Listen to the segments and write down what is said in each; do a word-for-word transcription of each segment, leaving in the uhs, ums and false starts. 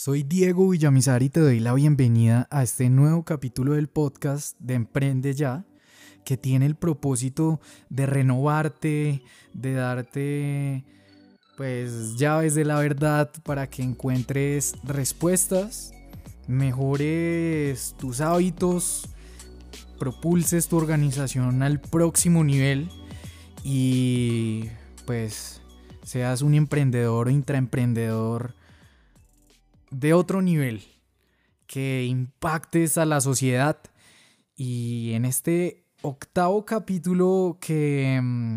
Soy Diego Villamizar y te doy la bienvenida a este nuevo capítulo del podcast de Emprende Ya, que tiene el propósito de renovarte, de darte pues llaves de la verdad para que encuentres respuestas, mejores tus hábitos, propulses tu organización al próximo nivel y pues seas un emprendedor o intraemprendedor de otro nivel, que impactes a la sociedad. Y en este octavo capítulo que mmm,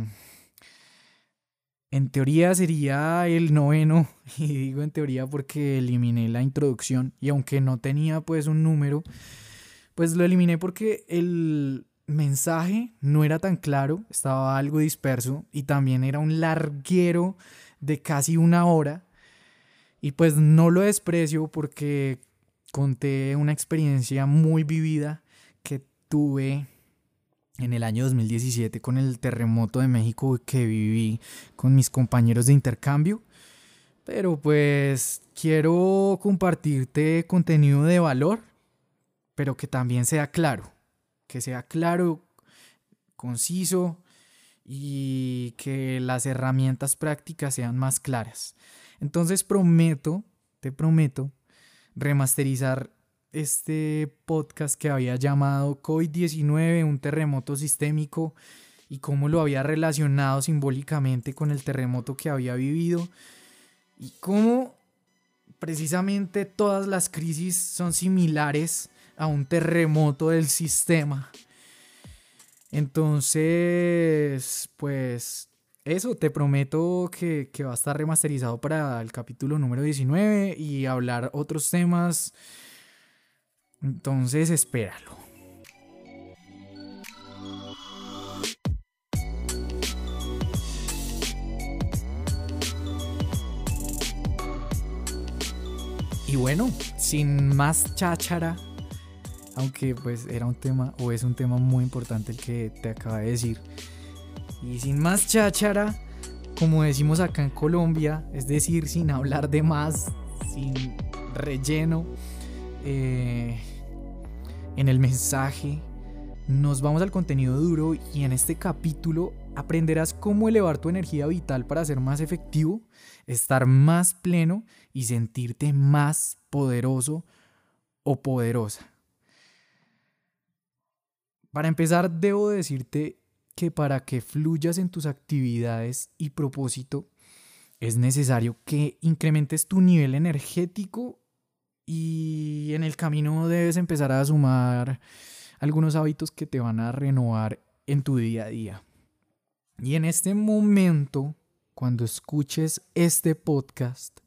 en teoría sería el noveno, y digo en teoría porque eliminé la introducción y aunque no tenía pues un número, pues lo eliminé porque el mensaje no era tan claro, estaba algo disperso y también era un larguero de casi una hora. Y pues no lo desprecio porque conté una experiencia muy vivida que tuve en el año dos mil diecisiete con el terremoto de México que viví con mis compañeros de intercambio. Pero pues quiero compartirte contenido de valor, pero que también sea claro, que sea claro, conciso y que las herramientas prácticas sean más claras. Entonces prometo, te prometo, remasterizar este podcast que había llamado COVID diecinueve, un terremoto sistémico, y cómo lo había relacionado simbólicamente con el terremoto que había vivido y cómo precisamente todas las crisis son similares a un terremoto del sistema. Entonces, pues eso, te prometo que, que va a estar remasterizado para el capítulo número diecinueve y hablar otros temas. Entonces, espéralo. Y bueno, sin más cháchara, aunque pues era un tema o es un tema muy importante el que te acabo de decir. Y sin más cháchara, como decimos acá en Colombia, es decir, sin hablar de más, sin relleno, eh, en el mensaje, nos vamos al contenido duro y en este capítulo aprenderás cómo elevar tu energía vital para ser más efectivo, estar más pleno y sentirte más poderoso o poderosa. Para empezar, debo decirte que para que fluyas en tus actividades y propósito, es necesario que incrementes tu nivel energético y en el camino debes empezar a sumar algunos hábitos que te van a renovar en tu día a día. Y en este momento, cuando escuches este podcast,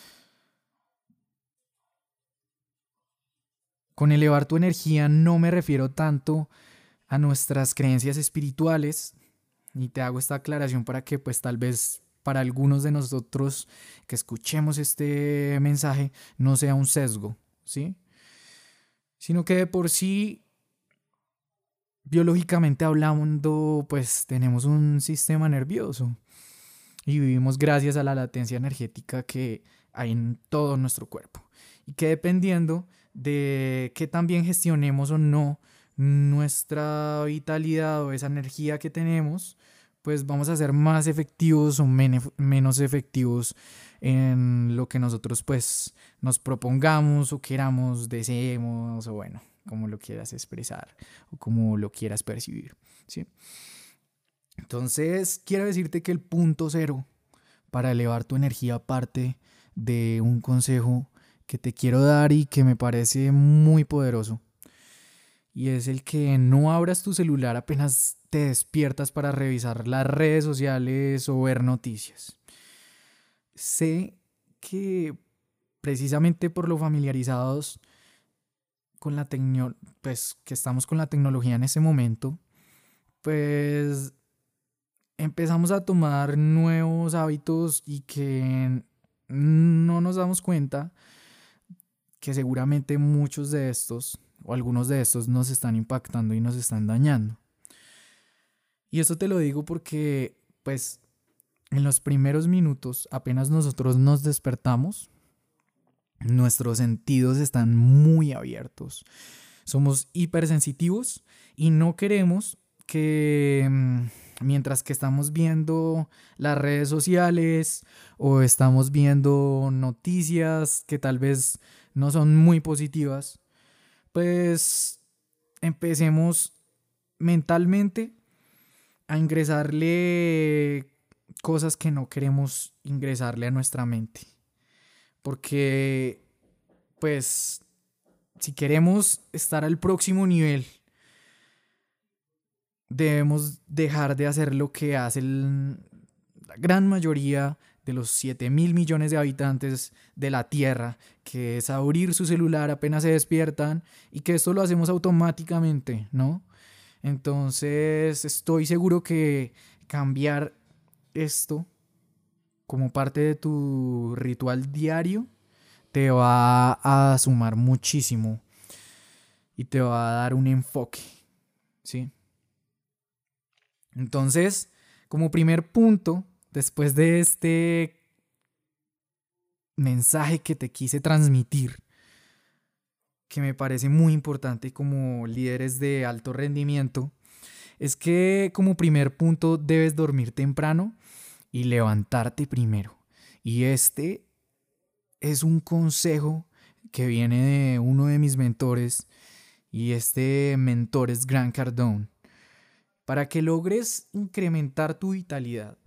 con elevar tu energía no me refiero tanto a nuestras creencias espirituales, y te hago esta aclaración para que pues tal vez para algunos de nosotros que escuchemos este mensaje no sea un sesgo, ¿sí? Sino que de por sí, biológicamente hablando, pues tenemos un sistema nervioso y vivimos gracias a la latencia energética que hay en todo nuestro cuerpo y que dependiendo de qué tan bien gestionemos o no nuestra vitalidad o esa energía que tenemos, pues vamos a ser más efectivos o men- menos efectivos en lo que nosotros pues nos propongamos o queramos, deseemos o bueno, como lo quieras expresar o como lo quieras percibir, ¿sí? Entonces, quiero decirte que el punto cero para elevar tu energía parte de un consejo que te quiero dar y que me parece muy poderoso. Y es el que no abras tu celular apenas te despiertas para revisar las redes sociales o ver noticias. Sé que precisamente por lo familiarizados con la tecno- pues que estamos con la tecnología en ese momento, pues empezamos a tomar nuevos hábitos y que no nos damos cuenta que seguramente muchos de estos o algunos de estos nos están impactando y nos están dañando. Y esto te lo digo porque, pues, en los primeros minutos, apenas nosotros nos despertamos, nuestros sentidos están muy abiertos. Somos hipersensitivos y no queremos que mm, mientras que estamos viendo las redes sociales o estamos viendo noticias que tal vez no son muy positivas, pues empecemos mentalmente a ingresarle cosas que no queremos ingresarle a nuestra mente. Porque, pues, si queremos estar al próximo nivel, debemos dejar de hacer lo que hace el- la gran mayoría de los siete mil millones de habitantes de la Tierra, que es abrir su celular apenas se despiertan y que esto lo hacemos automáticamente, ¿no? Entonces, estoy seguro que cambiar esto como parte de tu ritual diario te va a sumar muchísimo y te va a dar un enfoque, ¿sí? Entonces, como primer punto, después de este mensaje que te quise transmitir, que me parece muy importante como líderes de alto rendimiento, es que como primer punto debes dormir temprano y levantarte primero. Y este es un consejo que viene de uno de mis mentores y este mentor es Grant Cardone. Para que logres incrementar tu vitalidad,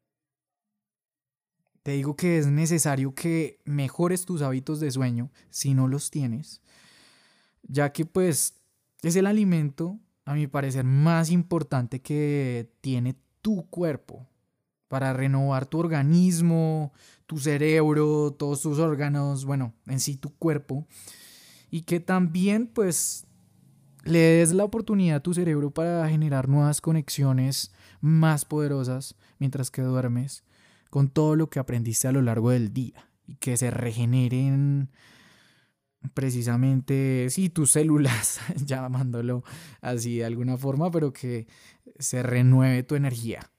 te digo que es necesario que mejores tus hábitos de sueño si no los tienes, ya que pues es el alimento, a mi parecer, más importante que tiene tu cuerpo para renovar tu organismo, tu cerebro, todos tus órganos, bueno, en sí tu cuerpo, y que también pues le des la oportunidad a tu cerebro para generar nuevas conexiones más poderosas mientras que duermes con todo lo que aprendiste a lo largo del día y que se regeneren precisamente, sí, tus células, llamándolo así de alguna forma, pero que se renueve tu energía.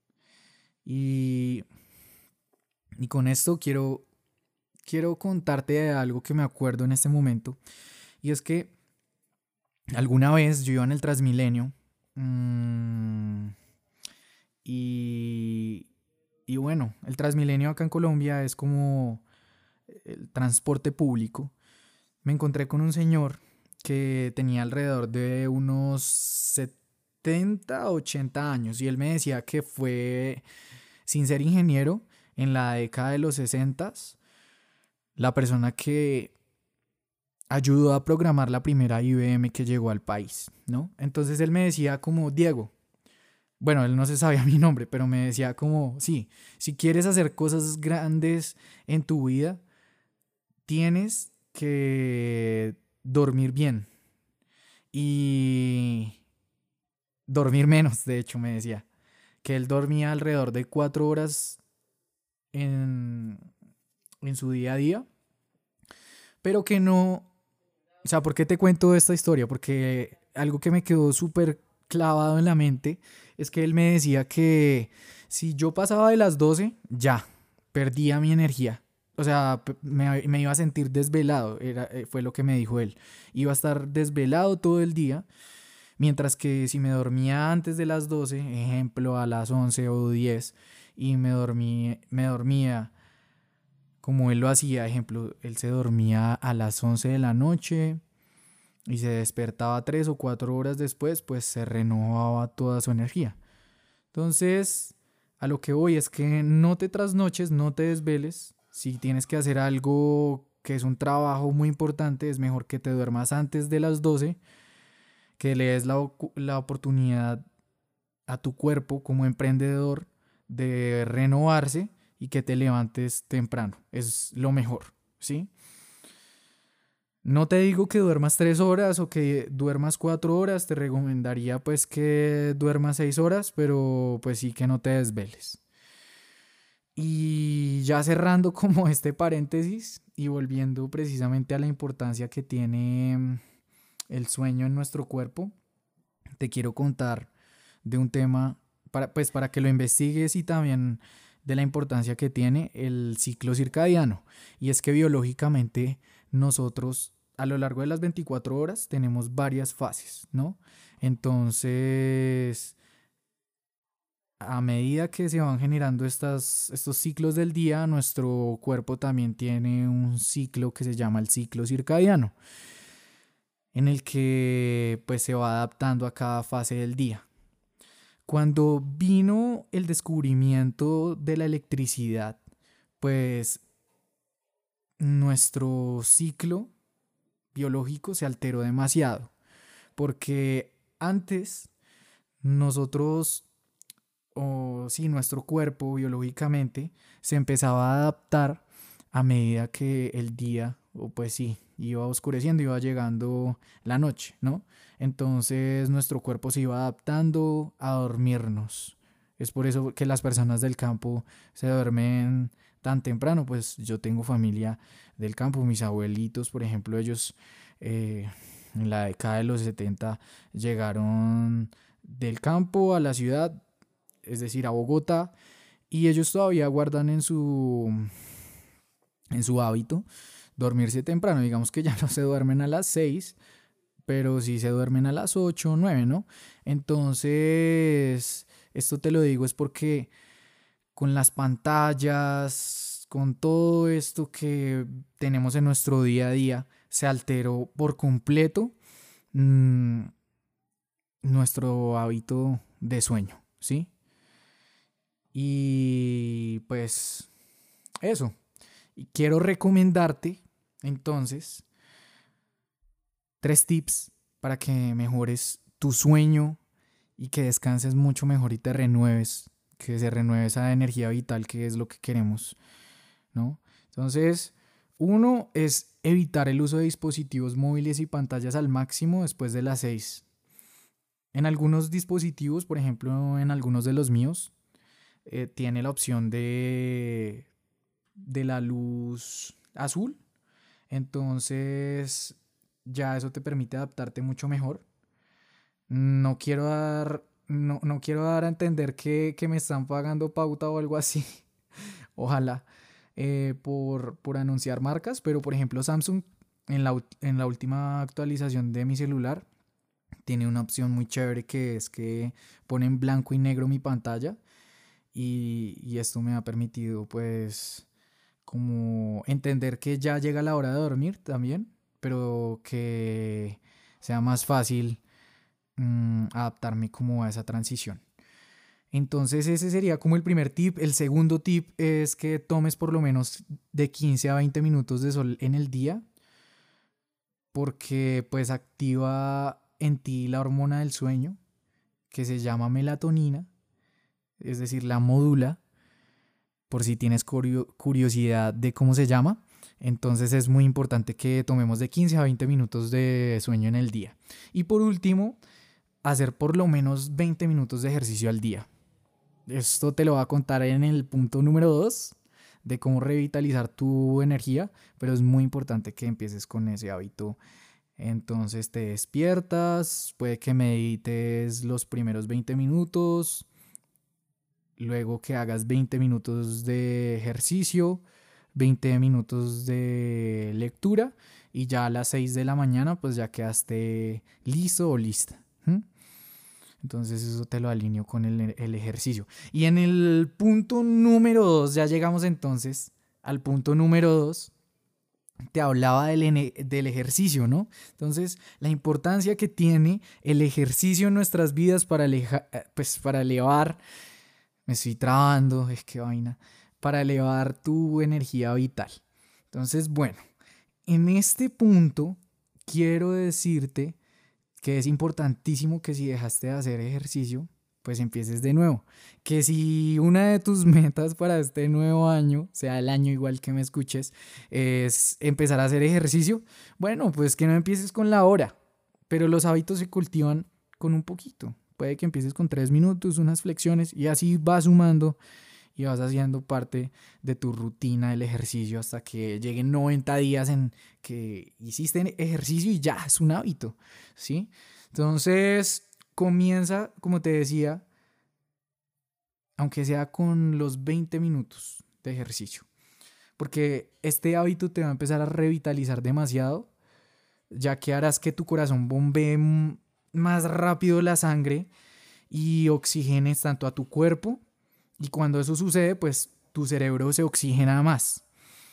Y, y con esto quiero, quiero contarte de algo que me acuerdo en este momento, y es que alguna vez yo iba en el Transmilenio mmm, y, y bueno, el Transmilenio acá en Colombia es como el transporte público. Me encontré con un señor que tenía alrededor de unos setenta, ochenta años y él me decía que fue, sin ser ingeniero, en la década de los sesenta, la persona que ayudó a programar la primera I B M que llegó al país, ¿no? Entonces él me decía como, Diego, bueno, él no se sabía mi nombre, pero me decía como, sí, si quieres hacer cosas grandes en tu vida, tienes que dormir bien y dormir menos, de hecho, me decía, que él dormía alrededor de cuatro horas en, en su día a día, pero que no. O sea, ¿por qué te cuento esta historia? Porque algo que me quedó súper clavado en la mente es que él me decía que si yo pasaba de las doce ya, perdía mi energía. O sea, p- me, me iba a sentir desvelado, era, eh, fue lo que me dijo él. Iba a estar desvelado todo el día, mientras que si me dormía antes de las doce, ejemplo, a las once o diez, y me dormí, me dormía como él lo hacía, ejemplo, él se dormía a las once de la noche y se despertaba tres o cuatro horas después, pues se renovaba toda su energía. Entonces, a lo que voy es que no te trasnoches, no te desveles. Si tienes que hacer algo que es un trabajo muy importante, es mejor que te duermas antes de las doce, que le des la, ocu- la oportunidad a tu cuerpo como emprendedor de renovarse y que te levantes temprano. Es lo mejor, ¿sí? No te digo que duermas tres horas o que duermas cuatro horas, te recomendaría pues que duermas seis horas, pero pues sí que no te desveles. Y ya cerrando como este paréntesis y volviendo precisamente a la importancia que tiene mm, el sueño en nuestro cuerpo, te quiero contar de un tema para, pues, para que lo investigues y también de la importancia que tiene el ciclo circadiano. Y es que biológicamente nosotros a lo largo de las veinticuatro horas tenemos varias fases, ¿no? Entonces, a medida que se van generando estas, estos ciclos del día, nuestro cuerpo también tiene un ciclo que se llama el ciclo circadiano, en el que pues se va adaptando a cada fase del día. Cuando vino el descubrimiento de la electricidad, pues nuestro ciclo biológico se alteró demasiado, porque antes nosotros, o sí, nuestro cuerpo biológicamente se empezaba a adaptar a medida que el día, o pues sí, iba oscureciendo, iba llegando la noche, ¿no? Entonces nuestro cuerpo se iba adaptando a dormirnos. Es por eso que las personas del campo se duermen tan temprano. Pues yo tengo familia del campo, mis abuelitos, por ejemplo, ellos eh, en la década de los setenta llegaron del campo a la ciudad, es decir, a Bogotá, y ellos todavía guardan en su, en su hábito dormirse temprano. Digamos que ya no se duermen a las seis, pero sí se duermen a las ocho o nueve, ¿no? Entonces, esto te lo digo es porque con las pantallas, con todo esto que tenemos en nuestro día a día, se alteró por completo mmm, nuestro hábito de sueño, ¿sí? Y pues eso. Y quiero recomendarte entonces tres tips para que mejores tu sueño y que descanses mucho mejor y te renueves, que se renueve esa energía vital que es lo que queremos, ¿no? Entonces, uno es evitar el uso de dispositivos móviles y pantallas al máximo después de las seis. En algunos dispositivos, por ejemplo, en algunos de los míos, eh, tiene la opción de, de la luz azul. Entonces, ya eso te permite adaptarte mucho mejor. No quiero dar, no, no quiero dar a entender que, que me están pagando pauta o algo así. Ojalá. eh, por, por anunciar marcas, pero por ejemplo Samsung en la, en la última actualización de mi celular tiene una opción muy chévere que es que pone en blanco y negro mi pantalla y, y esto me ha permitido pues como entender que ya llega la hora de dormir también, pero que sea más fácil mmm, adaptarme como a esa transición. Entonces ese sería como el primer tip. El segundo tip es que tomes por lo menos de quince a veinte minutos de sol en el día, porque pues activa en ti la hormona del sueño que se llama melatonina, es decir, la modula, por si tienes curiosidad de cómo se llama. Entonces es muy importante que tomemos de quince a veinte minutos de sueño en el día. Y por último, hacer por lo menos veinte minutos de ejercicio al día. Esto te lo voy a contar en el punto número dos de cómo revitalizar tu energía, pero es muy importante que empieces con ese hábito. Entonces te despiertas, puede que medites los primeros veinte minutos, luego que hagas veinte minutos de ejercicio, veinte minutos de lectura y ya a las seis de la mañana pues ya quedaste listo o lista. ¿Mm? Entonces eso te lo alineo con el, el ejercicio. Y en el punto número dos, ya llegamos entonces al punto número dos, te hablaba del, del ejercicio, ¿no? Entonces la importancia que tiene el ejercicio en nuestras vidas para, aleja, pues, para elevar, me estoy trabando, es que vaina, para elevar tu energía vital. Entonces, bueno, en este punto quiero decirte que es importantísimo que si dejaste de hacer ejercicio, pues empieces de nuevo. Que si una de tus metas para este nuevo año, sea el año igual que me escuches, es empezar a hacer ejercicio, bueno, pues que no empieces con la hora, pero los hábitos se cultivan con un poquito. Puede que empieces con tres minutos, unas flexiones y así vas sumando y vas haciendo parte de tu rutina del ejercicio hasta que lleguen noventa días en que hiciste ejercicio y ya es un hábito, ¿sí? Entonces comienza, como te decía, aunque sea con los veinte minutos de ejercicio. Porque este hábito te va a empezar a revitalizar demasiado, ya que harás que tu corazón bombee m- más rápido la sangre y oxigenes tanto a tu cuerpo, y cuando eso sucede, pues tu cerebro se oxigena más.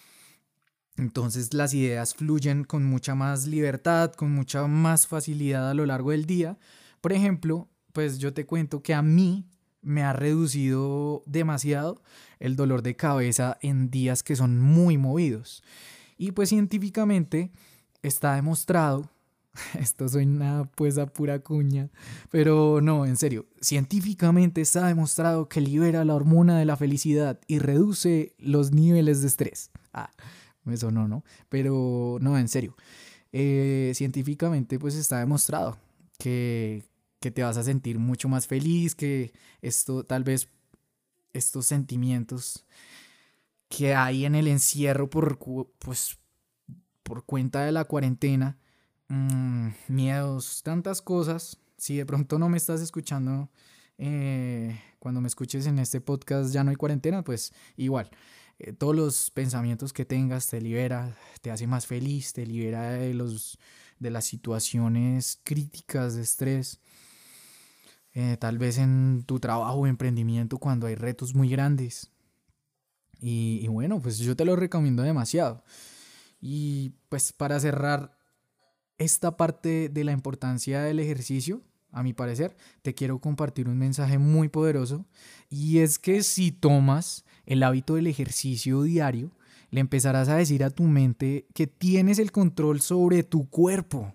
Entonces las ideas fluyen con mucha más libertad, con mucha más facilidad a lo largo del día. Por ejemplo, pues yo te cuento que a mí me ha reducido demasiado el dolor de cabeza en días que son muy movidos. Y pues científicamente está demostrado, esto suena pues a pura cuña, pero no, en serio, científicamente está demostrado que libera la hormona de la felicidad y reduce los niveles de estrés. Ah, me sonó, ¿no? Pero no, en serio, eh, científicamente pues está demostrado que, que te vas a sentir mucho más feliz, que esto tal vez estos sentimientos que hay en el encierro por, cu- pues, por cuenta de la cuarentena, mm, miedos, tantas cosas. Si de pronto no me estás escuchando, eh, cuando me escuches en este podcast ya no hay cuarentena, pues igual. Eh, todos los pensamientos que tengas te libera, te hace más feliz, te libera de los de las situaciones críticas de estrés, eh, tal vez en tu trabajo o emprendimiento cuando hay retos muy grandes. Y, y bueno, pues yo te lo recomiendo demasiado. Y pues para cerrar esta parte de la importancia del ejercicio, a mi parecer, te quiero compartir un mensaje muy poderoso, y es que si tomas el hábito del ejercicio diario, le empezarás a decir a tu mente que tienes el control sobre tu cuerpo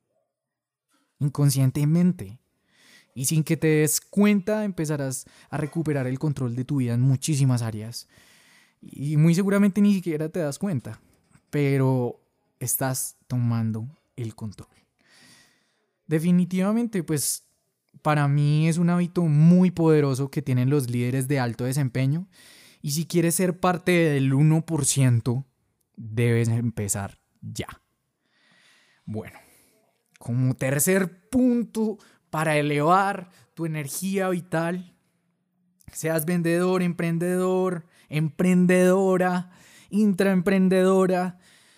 inconscientemente, y sin que te des cuenta empezarás a recuperar el control de tu vida en muchísimas áreas, y muy seguramente ni siquiera te das cuenta, pero estás tomando el control. Definitivamente, pues para mí es un hábito muy poderoso que tienen los líderes de alto desempeño, y si quieres ser parte del uno por ciento, debes empezar ya. Bueno, como tercer punto para elevar tu energía vital, seas vendedor, emprendedor, emprendedora, intraemprendedora,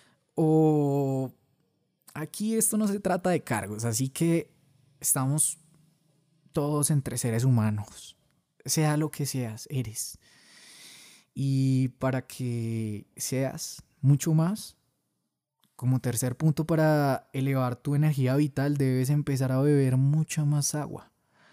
o aquí esto no se trata de cargos, así que estamos todos entre seres humanos, sea lo que seas, eres. Y para que seas mucho más, como tercer punto para elevar tu energía vital, debes empezar a beber mucha más agua.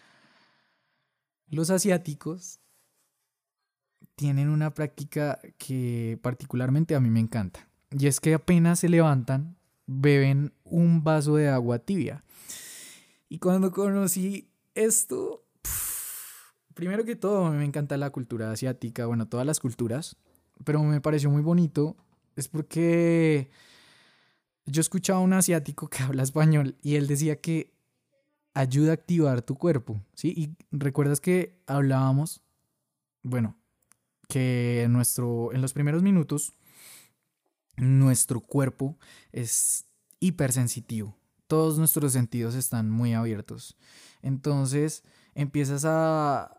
Los asiáticos tienen una práctica que particularmente a mí me encanta, y es que apenas se levantan, beben un vaso de agua tibia. Y cuando conocí esto, pf, primero que todo me encanta la cultura asiática, bueno, todas las culturas, pero me pareció muy bonito, es porque yo escuchaba a un asiático que habla español y él decía que ayuda a activar tu cuerpo, ¿sí? Y recuerdas que hablábamos, bueno, que en, nuestro, en los primeros minutos nuestro cuerpo es hipersensitivo. Todos nuestros sentidos están muy abiertos. Entonces empiezas a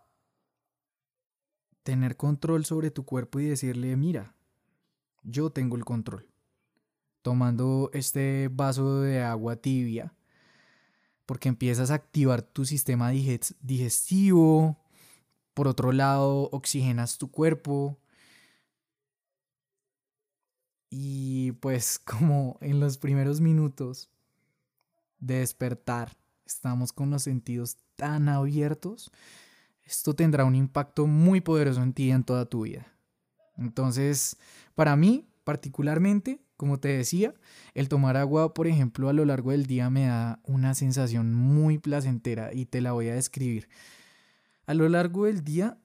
tener control sobre tu cuerpo y decirle, mira, yo tengo el control. Tomando este vaso de agua tibia, porque empiezas a activar tu sistema digestivo. Por otro lado, oxigenas tu cuerpo. Y pues como en los primeros minutos de despertar estamos con los sentidos tan abiertos, esto tendrá un impacto muy poderoso en ti y en toda tu vida. Entonces, para mí, particularmente, como te decía, el tomar agua, por ejemplo, a lo largo del día me da una sensación muy placentera, y te la voy a describir. A lo largo del día,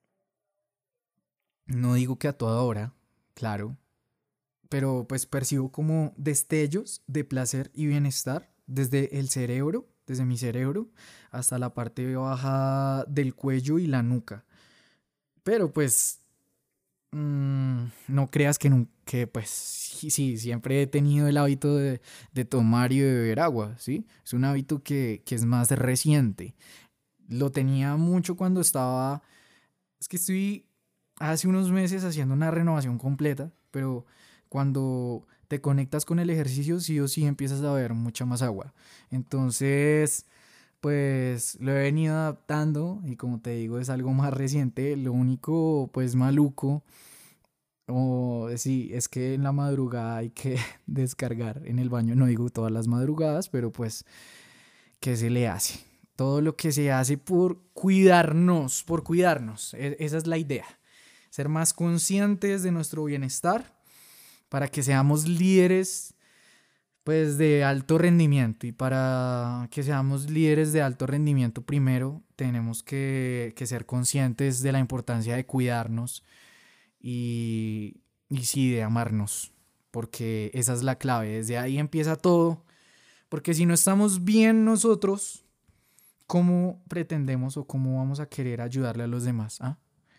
no digo que a toda hora, claro, pero pues percibo como destellos de placer y bienestar desde el cerebro, desde mi cerebro, hasta la parte baja del cuello y la nuca. Pero pues mm, no creas que, nun- que pues sí, sí, siempre he tenido el hábito de, de tomar y de beber agua, ¿sí? Es un hábito que, que es más reciente. Lo tenía mucho cuando estaba Es que estoy hace unos meses haciendo una renovación completa, pero cuando te conectas con el ejercicio, sí o sí empiezas a beber mucha más agua. Entonces, pues lo he venido adaptando y como te digo, es algo más reciente. Lo único, pues maluco, o sí, es que en la madrugada hay que descargar en el baño. No digo todas las madrugadas, pero pues, ¿qué se le hace? Todo lo que se hace por cuidarnos, por cuidarnos. E- esa es la idea. Ser más conscientes de nuestro bienestar para que seamos líderes pues de alto rendimiento. Y para que seamos líderes de alto rendimiento, primero tenemos que, que ser conscientes de la importancia de cuidarnos y, y sí, de amarnos, porque esa es la clave. Desde ahí empieza todo, porque si no estamos bien nosotros, ¿cómo pretendemos o cómo vamos a querer ayudarle a los demás? ¿Ah?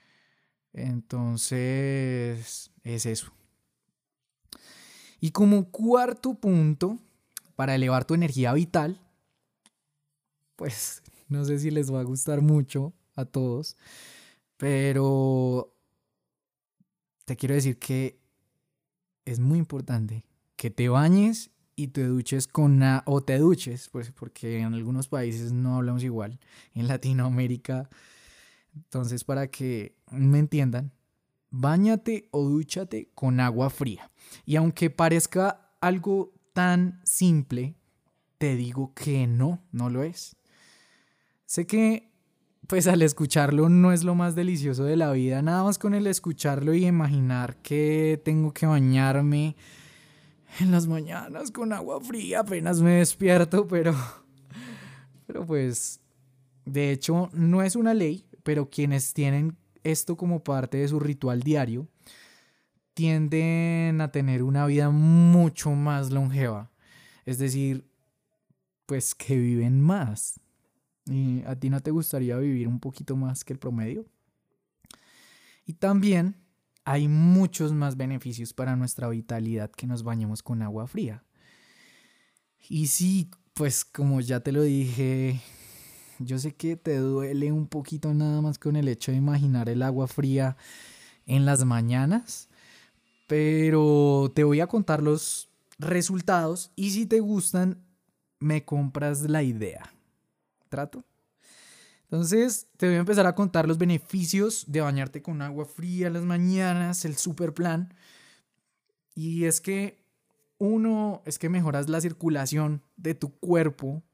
Entonces, es eso. Y como cuarto punto, para elevar tu energía vital, pues no sé si les va a gustar mucho a todos, pero te quiero decir que es muy importante que te bañes y te duches con a- o te duches, pues porque en algunos países no hablamos igual, en Latinoamérica. Entonces, para que me entiendan, báñate o dúchate con agua fría. Y aunque parezca algo tan simple, te digo que no, no lo es. Sé que pues al escucharlo no es lo más delicioso de la vida, nada más con el escucharlo y imaginar que tengo que bañarme en las mañanas con agua fría apenas me despierto, pero pero pues de hecho no es una ley, pero quienes tienen esto como parte de su ritual diario tienden a tener una vida mucho más longeva, es decir, pues que viven más. ¿Y a ti no te gustaría vivir un poquito más que el promedio? Y también hay muchos más beneficios para nuestra vitalidad que nos bañemos con agua fría. Y sí, pues como ya te lo dije, yo sé que te duele un poquito nada más con el hecho de imaginar el agua fría en las mañanas, pero te voy a contar los resultados y si te gustan, me compras la idea. ¿Trato? Entonces, te voy a empezar a contar los beneficios de bañarte con agua fría en las mañanas, el super plan. Y es que uno, es que mejoras la circulación de tu cuerpo,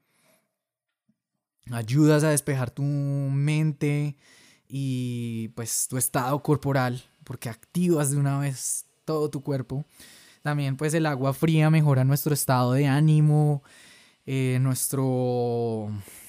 ayudas a despejar tu mente y pues tu estado corporal, porque activas de una vez todo tu cuerpo. También pues el agua fría mejora nuestro estado de ánimo, eh, nuestro,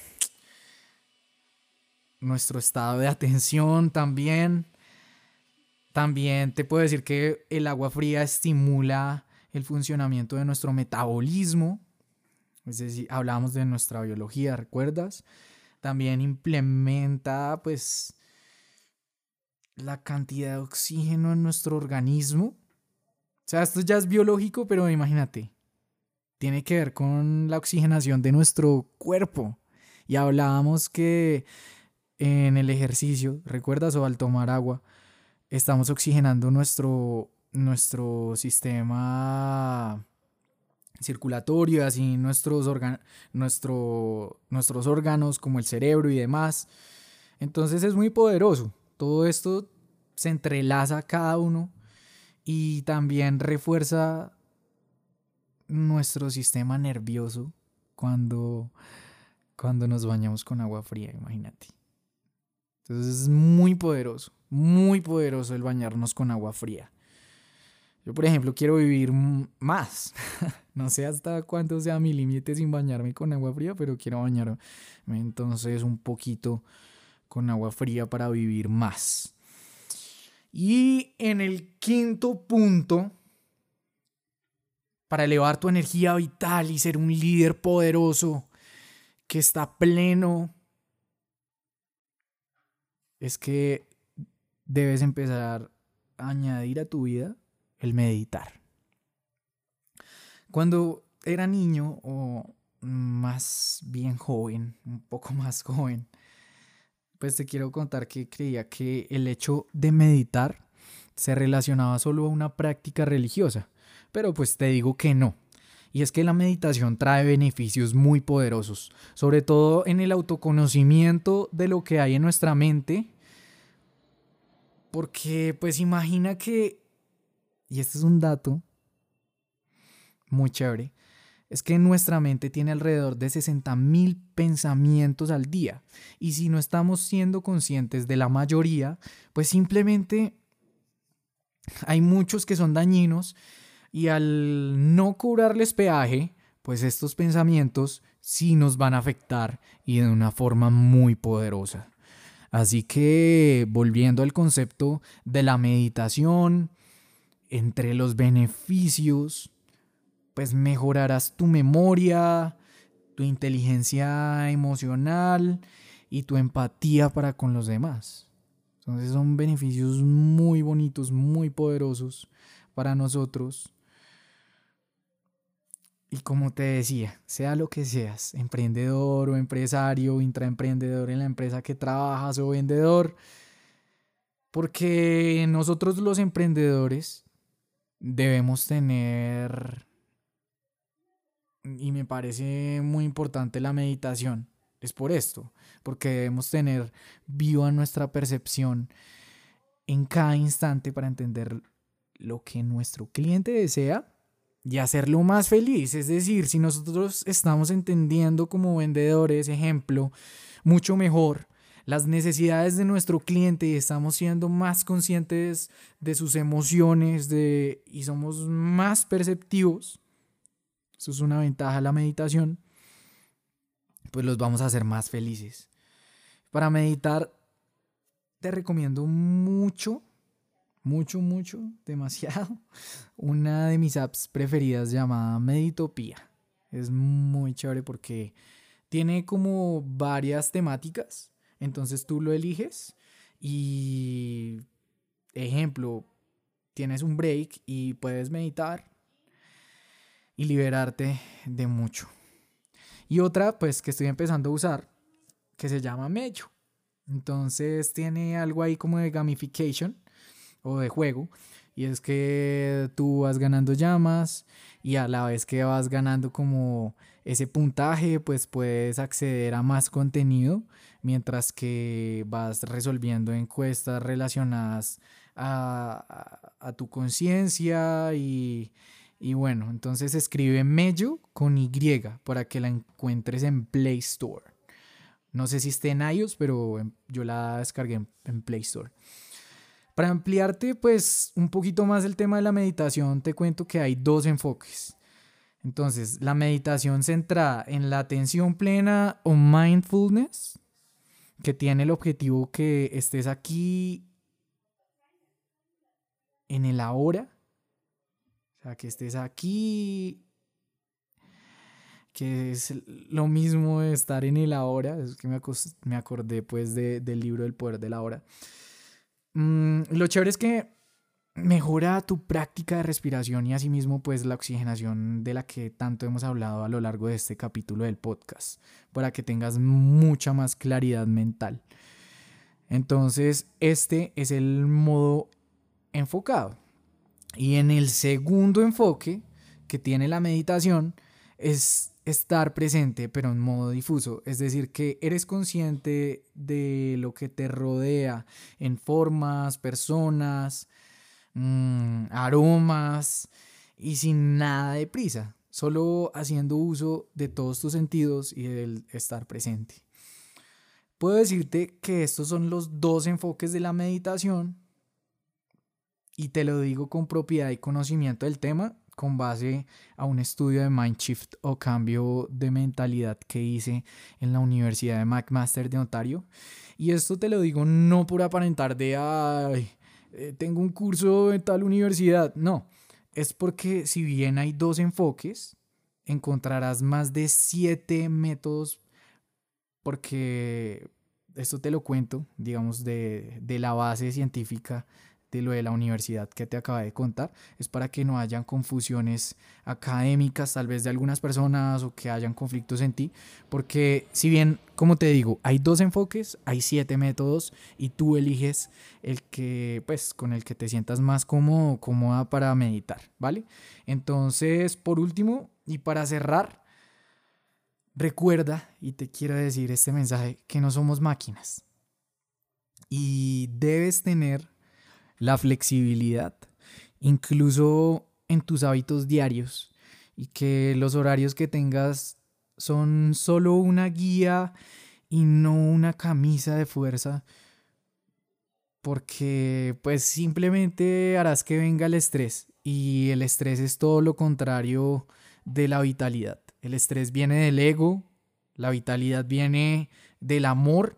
nuestro estado de atención también. También te puedo decir que el agua fría estimula el funcionamiento de nuestro metabolismo, es decir, hablamos de nuestra biología, ¿recuerdas? También implementa pues la cantidad de oxígeno en nuestro organismo. O sea, esto ya es biológico, pero imagínate, tiene que ver con la oxigenación de nuestro cuerpo. Y hablábamos que en el ejercicio, ¿recuerdas? O al tomar agua, estamos oxigenando nuestro, nuestro sistema circulatorio, y así nuestros, organ- nuestro, nuestros órganos como el cerebro y demás. Entonces es muy poderoso. Todo esto se entrelaza cada uno y también refuerza nuestro sistema nervioso cuando, cuando nos bañamos con agua fría, imagínate. Entonces es muy poderoso, muy poderoso el bañarnos con agua fría. Yo, por ejemplo, quiero vivir m- más. No sé hasta cuánto sea mi límite sin bañarme con agua fría, pero quiero bañarme entonces un poquito con agua fría para vivir más. Y en el quinto punto, para elevar tu energía vital y ser un líder poderoso que está pleno, es que debes empezar a añadir a tu vida el meditar. Cuando era niño o más bien joven, un poco más joven, pues te quiero contar que creía que el hecho de meditar se relacionaba solo a una práctica religiosa, pero pues te digo que no. Y es que la meditación trae beneficios muy poderosos, sobre todo en el autoconocimiento de lo que hay en nuestra mente, porque pues imagina que, y este es un dato muy chévere, es que nuestra mente tiene alrededor de sesenta mil pensamientos al día. Y si no estamos siendo conscientes de la mayoría, pues simplemente hay muchos que son dañinos y al no cobrarles peaje, pues estos pensamientos sí nos van a afectar y de una forma muy poderosa. Así que volviendo al concepto de la meditación, entre los beneficios, pues mejorarás tu memoria, tu inteligencia emocional y tu empatía para con los demás. Entonces son beneficios muy bonitos, muy poderosos para nosotros. Y como te decía, sea lo que seas, emprendedor o empresario, intraemprendedor en la empresa que trabajas o vendedor, porque nosotros los emprendedores debemos tener, y me parece muy importante la meditación, es por esto, porque debemos tener viva nuestra percepción en cada instante para entender lo que nuestro cliente desea y hacerlo más feliz. Es decir, si nosotros estamos entendiendo como vendedores, ejemplo, mucho mejor las necesidades de nuestro cliente y estamos siendo más conscientes de sus emociones de, y somos más perceptivos, eso es una ventaja de la meditación, pues los vamos a hacer más felices. Para meditar te recomiendo mucho, mucho, mucho, demasiado, una de mis apps preferidas llamada Meditopía. Es muy chévere porque tiene como varias temáticas, entonces tú lo eliges y, ejemplo, tienes un break y puedes meditar y liberarte de mucho. Y otra, pues, que estoy empezando a usar, que se llama Mello. Entonces tiene algo ahí como de gamification o de juego. Y es que tú vas ganando llamas y a la vez que vas ganando como ese puntaje, pues puedes acceder a más contenido mientras que vas resolviendo encuestas relacionadas a, a, a tu conciencia y, y bueno, entonces escribe Mello con Y para que la encuentres en Play Store. No sé si esté en iOS, pero yo la descargué en, en Play Store. Para ampliarte pues un poquito más el tema de la meditación, te cuento que hay dos enfoques. Entonces, la meditación centrada en la atención plena o mindfulness, que tiene el objetivo que estés aquí en el ahora, o sea, que estés aquí, que es lo mismo de estar en el ahora, es que me, acos- me acordé pues de, del libro del poder de la hora. Mm, lo chévere es que mejora tu práctica de respiración y asimismo pues la oxigenación de la que tanto hemos hablado a lo largo de este capítulo del podcast para que tengas mucha más claridad mental. Entonces este es el modo enfocado y en el segundo enfoque que tiene la meditación es estar presente pero en modo difuso, es decir que eres consciente de lo que te rodea en formas, personas, mmm, aromas y sin nada de prisa, solo haciendo uso de todos tus sentidos y del estar presente. Puedo decirte que estos son los dos enfoques de la meditación y te lo digo con propiedad y conocimiento del tema con base a un estudio de Mindshift o cambio de mentalidad que hice en la Universidad de McMaster de Ontario. Y esto te lo digo no por aparentar de ay, eh, tengo un curso en tal universidad. No, es porque si bien hay dos enfoques, encontrarás más de siete métodos porque esto te lo cuento, digamos, de, de la base científica de lo de la universidad que te acabé de contar. Es para que no hayan confusiones académicas tal vez de algunas personas o que hayan conflictos en ti, porque si bien, como te digo, hay dos enfoques, hay siete métodos y tú eliges el que, pues, con el que te sientas más cómodo, cómoda para meditar, ¿vale? Entonces, por último y para cerrar, recuerda, y te quiero decir este mensaje, que no somos máquinas y debes tener la flexibilidad, incluso en tus hábitos diarios, y que los horarios que tengas son solo una guía y no una camisa de fuerza, porque pues simplemente harás que venga el estrés, y el estrés es todo lo contrario de la vitalidad. El estrés viene del ego, la vitalidad viene del amor,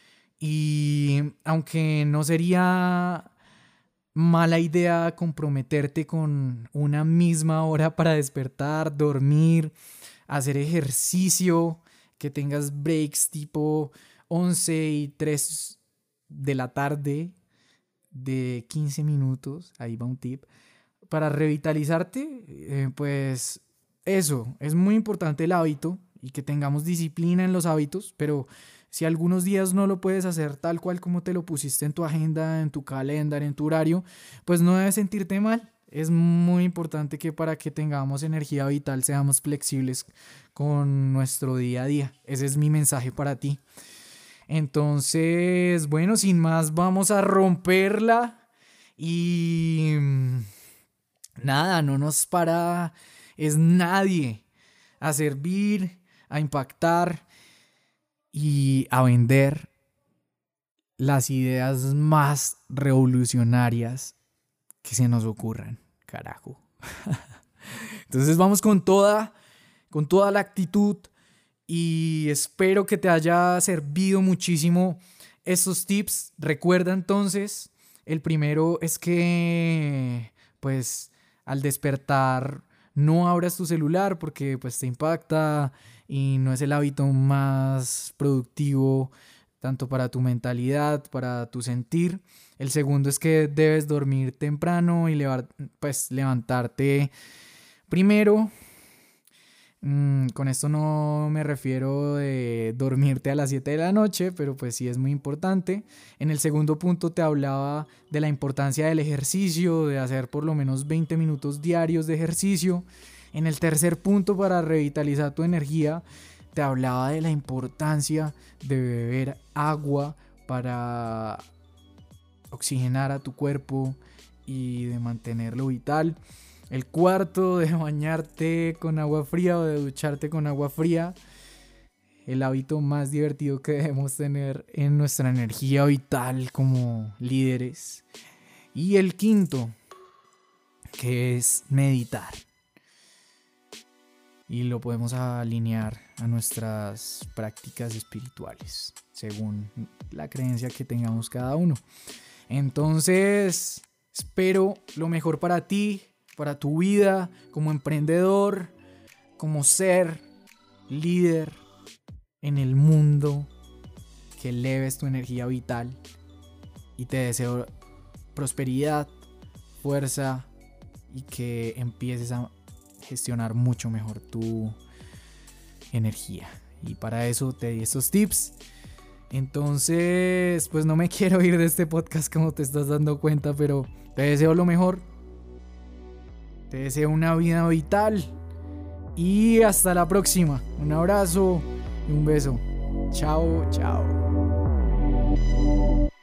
y aunque no sería mala idea comprometerte con una misma hora para despertar, dormir, hacer ejercicio, que tengas breaks tipo once y tres de la tarde de quince minutos, ahí va un tip, para revitalizarte, eh, pues eso, es muy importante el hábito y que tengamos disciplina en los hábitos, pero si algunos días no lo puedes hacer tal cual como te lo pusiste en tu agenda, en tu calendario, en tu horario, pues no debes sentirte mal. Es muy importante que para que tengamos energía vital seamos flexibles con nuestro día a día. Ese es mi mensaje para ti. Entonces, bueno, sin más, vamos a romperla y nada, no nos para, es nadie a servir, a impactar y a vender las ideas más revolucionarias que se nos ocurran, carajo. Entonces vamos con toda, con toda la actitud y espero que te haya servido muchísimo estos tips. Recuerda entonces, el primero es que pues al despertar no abras tu celular porque pues te impacta y no es el hábito más productivo tanto para tu mentalidad, para tu sentir. El segundo es que debes dormir temprano y levar, pues, levantarte primero. Mm, con esto no me refiero de dormirte a las siete de la noche, pero pues sí es muy importante. En el segundo punto te hablaba de la importancia del ejercicio, de hacer por lo menos veinte minutos diarios de ejercicio. En el tercer punto, para revitalizar tu energía, te hablaba de la importancia de beber agua para oxigenar a tu cuerpo y de mantenerlo vital. El cuarto, de bañarte con agua fría o de ducharte con agua fría. El hábito más divertido que debemos tener en nuestra energía vital como líderes. Y el quinto, que es meditar. Y lo podemos alinear a nuestras prácticas espirituales, según la creencia que tengamos cada uno. Entonces, espero lo mejor para ti, para tu vida, como emprendedor, como ser líder en el mundo, que eleves tu energía vital. Y te deseo prosperidad, fuerza y que empieces a gestionar mucho mejor tu energía. Y para eso te di estos tips. Entonces, pues no me quiero ir de este podcast como te estás dando cuenta, pero te deseo lo mejor. Te deseo una vida vital. Y hasta la próxima. Un abrazo y un beso. Chao, chao.